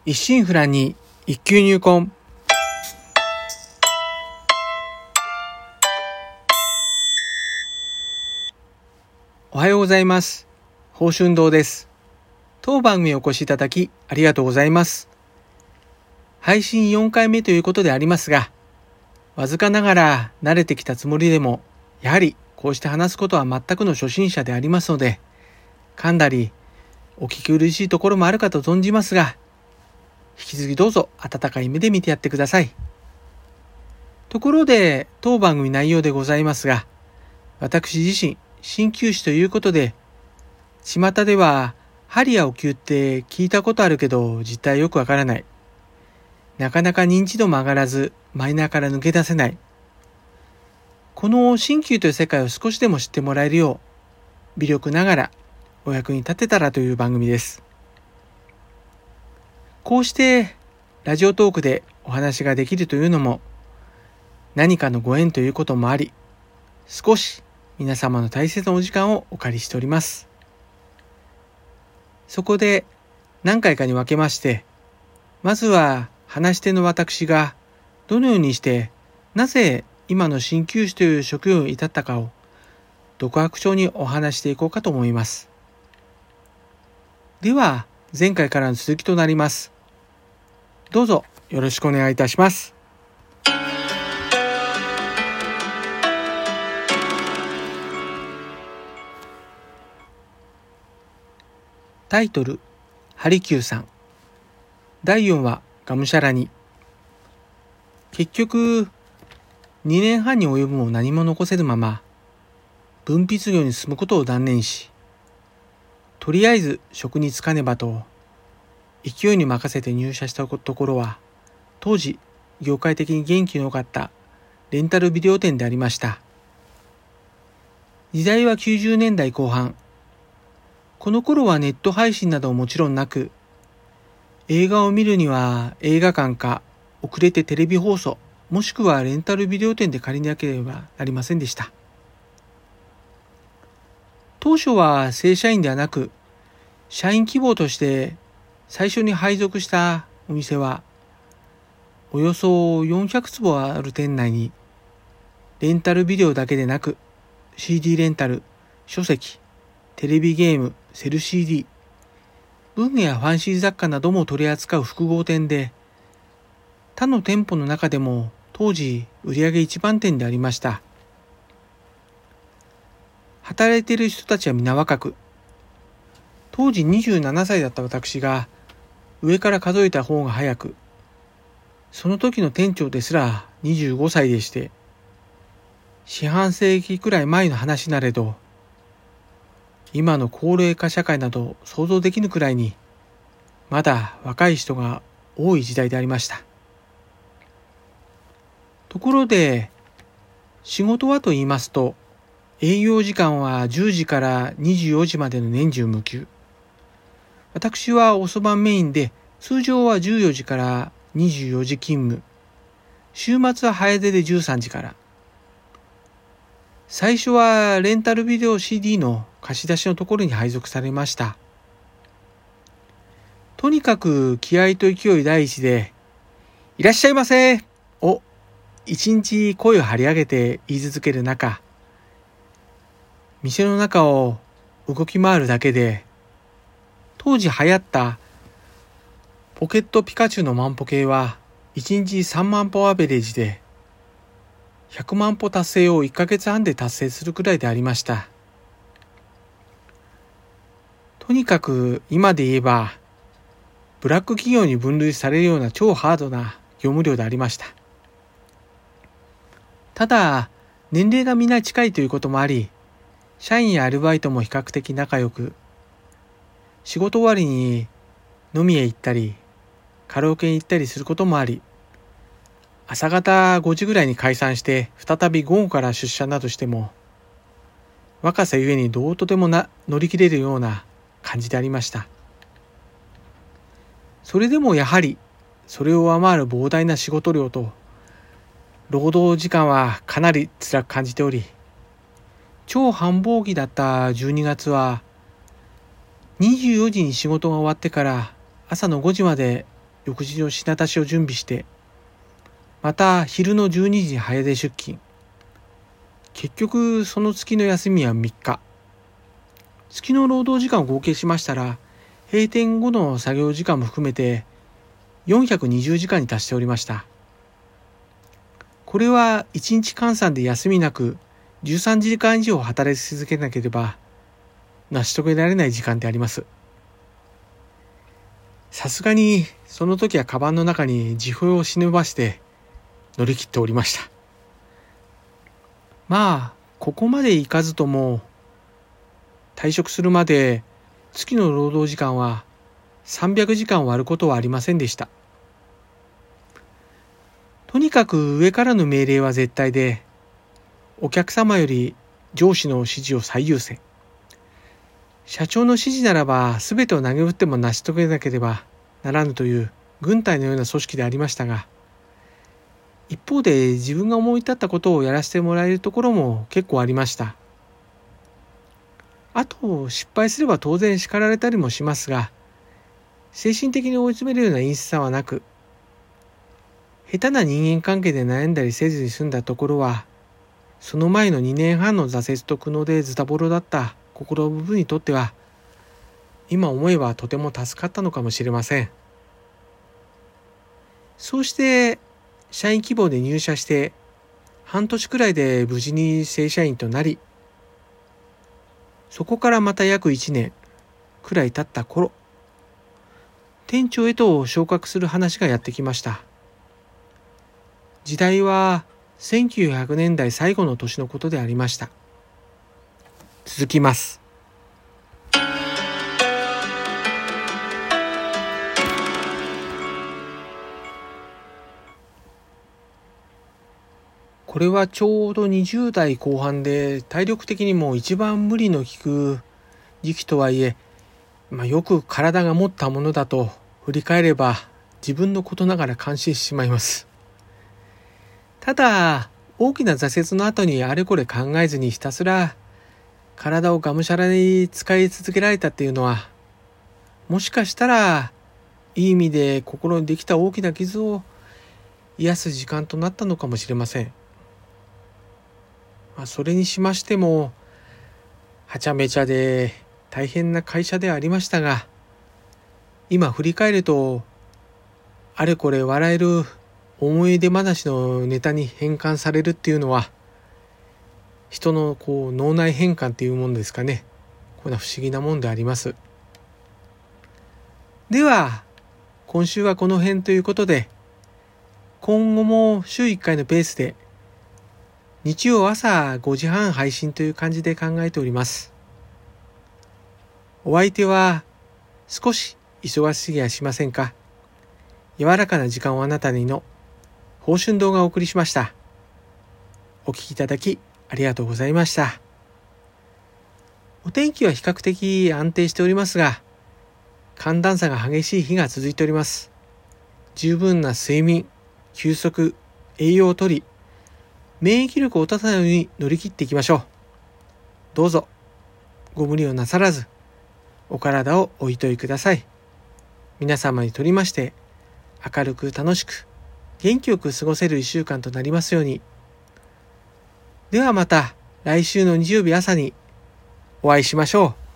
一心不乱に一級入魂。おはようございます。宝春堂です。当番組お越しいただきありがとうございます。配信4回目ということでありますが、わずかながら慣れてきたつもりでも、やはりこうして話すことは全くの初心者でありますので、噛んだりお聞き苦しいところもあるかと存じますが、引き続きどうぞ温かい目で見てやってください。ところで当番組内容でございますが、私自身鍼灸師ということで、巷では針やお灸って聞いたことあるけど実態よくわからない、なかなか認知度も上がらずマイナーから抜け出せない、この鍼灸という世界を少しでも知ってもらえるよう、微力ながらお役に立てたらという番組です。こうしてラジオトークでお話ができるというのも何かのご縁ということもあり、少し皆様の大切なお時間をお借りしております。そこで何回かに分けまして、まずは話し手の私がどのようにしてなぜ今の鍼灸師という職業に至ったかを独白調にお話していこうかと思います。では前回からの続きとなります。どうぞよろしくお願いいたします。タイトル、ハリキューさん。第4話、がむしゃらに。結局、2年半に及ぶも何も残せぬまま、分泌業に進むことを断念し、とりあえず職に就かねばと、勢いに任せて入社したところは、当時、業界的に元気の良かったレンタルビデオ店でありました。時代は90年代後半。この頃はネット配信などももちろんなく、映画を見るには映画館か遅れてテレビ放送、もしくはレンタルビデオ店で借りなければなりませんでした。当初は正社員ではなく、社員希望として最初に配属したお店は、およそ400坪ある店内に、レンタルビデオだけでなく、CD レンタル、書籍、テレビゲーム、セル CD、文具やファンシー雑貨なども取り扱う複合店で、他の店舗の中でも当時売上一番店でありました。働いている人たちは皆若く、当時27歳だった私が上から数えた方が早く、その時の店長ですら25歳でして、四半世紀くらい前の話なれど、今の高齢化社会など想像できぬくらいに、まだ若い人が多い時代でありました。ところで、仕事はと言いますと、営業時間は10時から24時までの年中無休。私は遅番メインで、通常は14時から24時勤務。週末は早出で13時から。最初はレンタルビデオ CD の貸し出しのところに配属されました。とにかく気合と勢い第一で、いらっしゃいませを一日声を張り上げて言い続ける中、店の中を動き回るだけで、当時流行ったポケットピカチュウの万歩計は1日3万歩アベレージで、100万歩達成を1ヶ月半で達成するくらいでありました。とにかく今で言えば、ブラック企業に分類されるような超ハードな業務量でありました。ただ、年齢がみんな近いということもあり、社員やアルバイトも比較的仲良く、仕事終わりに飲みへ行ったり、カラオケに行ったりすることもあり、朝方5時ぐらいに解散して再び午後から出社などしても、若さゆえにどうとでも乗り切れるような感じでありました。それでもやはりそれを上回る膨大な仕事量と労働時間はかなり辛く感じており、超繁忙期だった12月は24時に仕事が終わってから朝の5時まで翌日の品出しを準備して、また昼の12時に早出出勤。結局その月の休みは3日。月の労働時間を合計しましたら、閉店後の作業時間も含めて420時間に達しておりました。これは1日換算で休みなく13時間以上働き続けなければ成し遂げられない時間であります。さすがにその時はカバンの中に自費を忍ばして乗り切っておりました。まあここまでいかずとも退職するまで月の労働時間は300時間を割ることはありませんでした。とにかく上からの命令は絶対で、お客様より上司の指示を最優先。社長の指示ならば全てを投げ打っても成し遂げなければならぬという軍隊のような組織でありましたが、一方で自分が思い立ったことをやらせてもらえるところも結構ありました。あと失敗すれば当然叱られたりもしますが、精神的に追い詰めるような陰湿さはなく、下手な人間関係で悩んだりせずに済んだところは、その前の2年半の挫折と苦悩でズタボロだった心の部分にとっては、今思えばとても助かったのかもしれません。そうして社員希望で入社して半年くらいで無事に正社員となり、そこからまた約1年くらい経った頃、店長へと昇格する話がやってきました。時代は1900年代最後の年のことでありました。続きます。これはちょうど20代後半で体力的にも一番無理のきく時期とはいえ、よく体が持ったものだと振り返れば自分のことながら感心してしまいます。ただ大きな挫折の後にあれこれ考えずにひたすら体をがむしゃらに使い続けられたっていうのは、もしかしたらいい意味で心にできた大きな傷を癒す時間となったのかもしれません。それにしましてもはちゃめちゃで大変な会社ではありましたが、今振り返るとあれこれ笑える思い出話のネタに変換されるっていうのは、人の脳内変換っていうものですかね。こんな不思議なもんであります。では今週はこの辺ということで、今後も週1回のペースで日曜朝5時半配信という感じで考えております。お相手は少し忙しすぎやしませんか。柔らかな時間をあなたにの宝春動画をお送りしました。お聞きいただきありがとうございました。お天気は比較的安定しておりますが、寒暖差が激しい日が続いております。十分な睡眠、休息、栄養をとり、免疫力を立たないように乗り切っていきましょう。どうぞご無理をなさらずお体をおいといください。皆様にとりまして明るく楽しく元気よく過ごせる1週間となりますように。ではまた来週の日曜日朝にお会いしましょう。